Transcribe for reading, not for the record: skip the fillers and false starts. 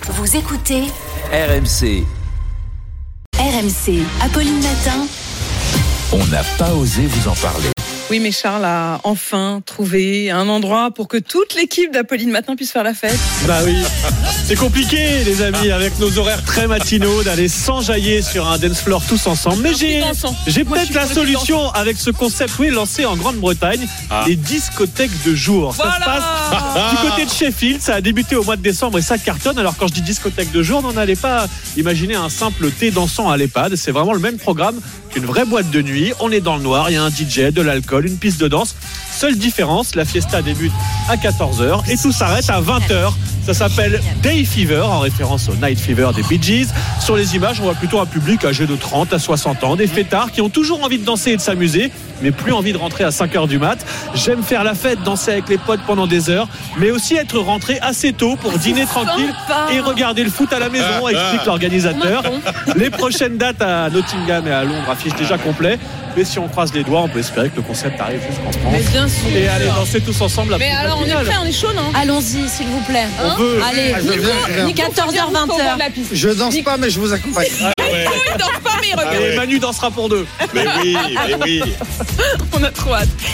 Vous écoutez RMC. RMC, Apolline Matin. On n'a pas osé vous en parler. Oui, mais Charles a enfin trouvé un endroit pour que toute l'équipe d'Apolline Matin puisse faire la fête. Bah oui, c'est compliqué les amis, avec nos horaires très matinaux, d'aller s'enjailler sur un dance floor tous ensemble. Mais j'ai peut-être la solution avec ce concept, oui, lancé en Grande-Bretagne, les discothèques de jour. Ça se passe du côté de Sheffield, ça a débuté au mois de décembre et ça cartonne. Alors quand je dis discothèque de jour, n'en allez pas imaginer un simple thé dansant à l'EHPAD. C'est vraiment le même programme qu'une vraie boîte de nuit. On est dans le noir, il y a un DJ, de l'alcool, une piste de danse. Seule différence, la fiesta débute à 14h et tout s'arrête à 20h. Ça s'appelle Day Fever, en référence au Night Fever des Bee Gees. Sur les images, on voit plutôt un public âgé de 30 à 60 ans, des fêtards qui ont toujours envie de danser et de s'amuser, mais plus envie de rentrer à 5h du mat. J'aime faire la fête, danser avec les potes pendant des heures, mais aussi être rentré assez tôt pour dîner tranquille et regarder le foot à la maison, explique l'organisateur. Les prochaines dates à Nottingham et à Londres affichent déjà complet. Mais si on croise les doigts, on peut espérer que le concept arrive jusqu'en France. Mais bien sûr. Et aller danser tous ensemble. Mais alors, on est prêts, on est chaud, non? Allons-y, s'il vous plaît. On veut. Allez, Nico, 14h-20h. Je danse pas, mais je vous accompagne. Il danse pas, mais il regarde. Et Manu dansera pour deux. Mais oui. On a trop hâte.